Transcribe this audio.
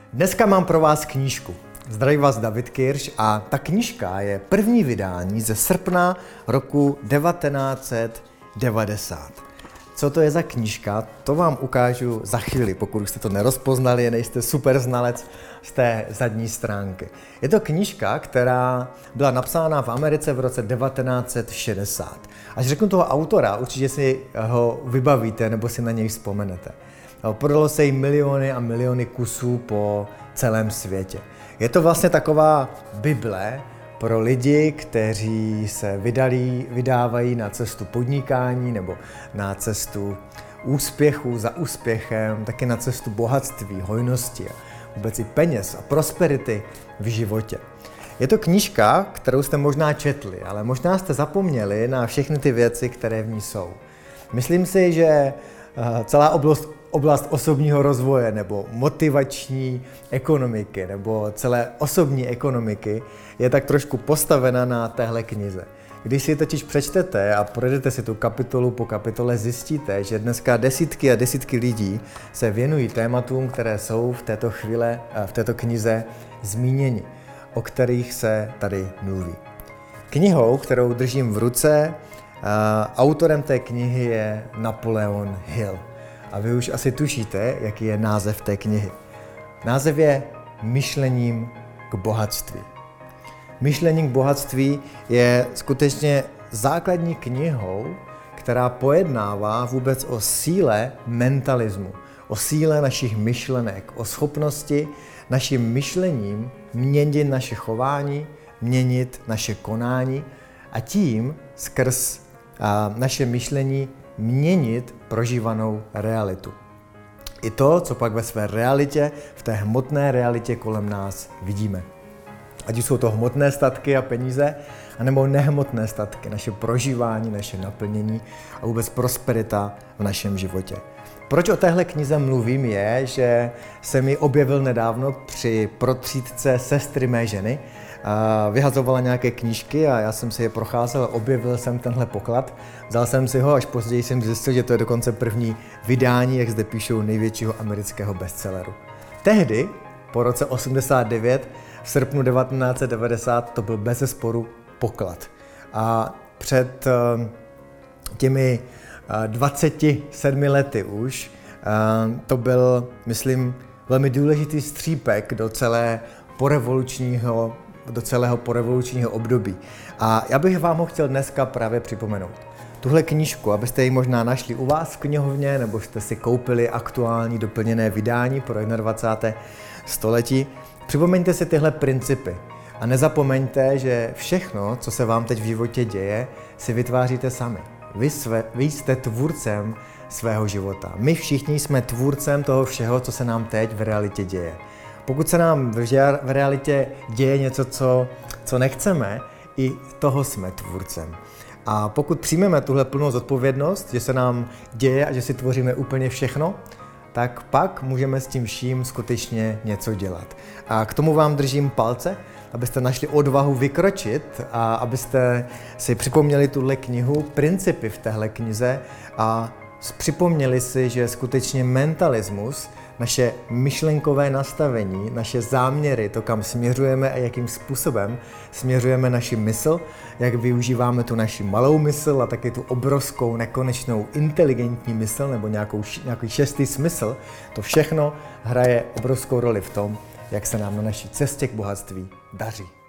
Dneska mám pro vás knížku. Zdraví vás David Kirš a ta knížka je první vydání ze srpna roku 1990. Co to je za knížka, to vám ukážu za chvíli, pokud jste to nerozpoznali, nejste super znalec z té zadní stránky. Je to knížka, která byla napsána v Americe v roce 1960. Až řeknu toho autora, určitě si ho vybavíte nebo si na něj vzpomenete. Prodalo se jí miliony a miliony kusů po celém světě. Je to vlastně taková Bible pro lidi, kteří se vydávají na cestu podnikání nebo na cestu úspěchu za úspěchem, taky na cestu bohatství, hojnosti a vůbec i peněz a prosperity v životě. Je to knížka, kterou jste možná četli, ale možná jste zapomněli na všechny ty věci, které v ní jsou. Myslím si, že celá oblast osobního rozvoje nebo motivační ekonomiky nebo celé osobní ekonomiky je tak trošku postavena na téhle knize. Když si totiž přečtete a projdete si tu kapitolu po kapitole, zjistíte, že dneska desítky a desítky lidí se věnují tématům, které jsou v této knize zmíněni, o kterých se tady mluví. Knihou, kterou držím v ruce, autorem té knihy je Napoleon Hill. A vy už asi tušíte, jaký je název té knihy. Název je Myšlením k bohatství. Myšlení k bohatství je skutečně základní knihou, která pojednává vůbec o síle mentalismu, o síle našich myšlenek, o schopnosti naším myšlením měnit naše chování, měnit naše konání a tím skrz naše myšlení měnit prožívanou realitu. I to, co pak ve své realitě, v té hmotné realitě kolem nás vidíme. Ať už jsou to hmotné statky a peníze, anebo nehmotné statky, naše prožívání, naše naplnění a vůbec prosperita v našem životě. Proč o téhle knize mluvím je, že jsem ji objevil nedávno při protřídce sestry mé ženy. Vyhazovala nějaké knížky a já jsem si je procházel, objevil jsem tenhle poklad, vzal jsem si ho, až později jsem zjistil, že to je dokonce první vydání, jak zde píšou, největšího amerického bestselleru. Tehdy, po roce 89, v srpnu 1990, to byl bezesporu poklad. A před těmi 27 lety už to byl, myslím, velmi důležitý střípek do celého porevolučního období. A já bych vám ho chtěl dneska právě připomenout. Tuhle knížku, abyste ji možná našli u vás v knihovně, nebo jste si koupili aktuální doplněné vydání pro 21. století. Připomeňte si tyhle principy a nezapomeňte, že všechno, co se vám teď v životě děje, si vytváříte sami. Vy jste tvůrcem svého života. My všichni jsme tvůrcem toho všeho, co se nám teď v realitě děje. Pokud se nám v realitě děje něco, co nechceme, i toho jsme tvůrcem. A pokud přijmeme tuhle plnou zodpovědnost, že se nám děje a že si tvoříme úplně všechno, tak pak můžeme s tím vším skutečně něco dělat. A k tomu vám držím palce, abyste našli odvahu vykročit a abyste si připomněli tuhle knihu, principy v téhle knize a připomněli si, že skutečně mentalismus, naše myšlenkové nastavení, naše záměry, to, kam směřujeme a jakým způsobem směřujeme naši mysl, jak využíváme tu naši malou mysl a taky tu obrovskou, nekonečnou, inteligentní mysl nebo nějaký šestý smysl, to všechno hraje obrovskou roli v tom, jak se nám na naší cestě k bohatství daří.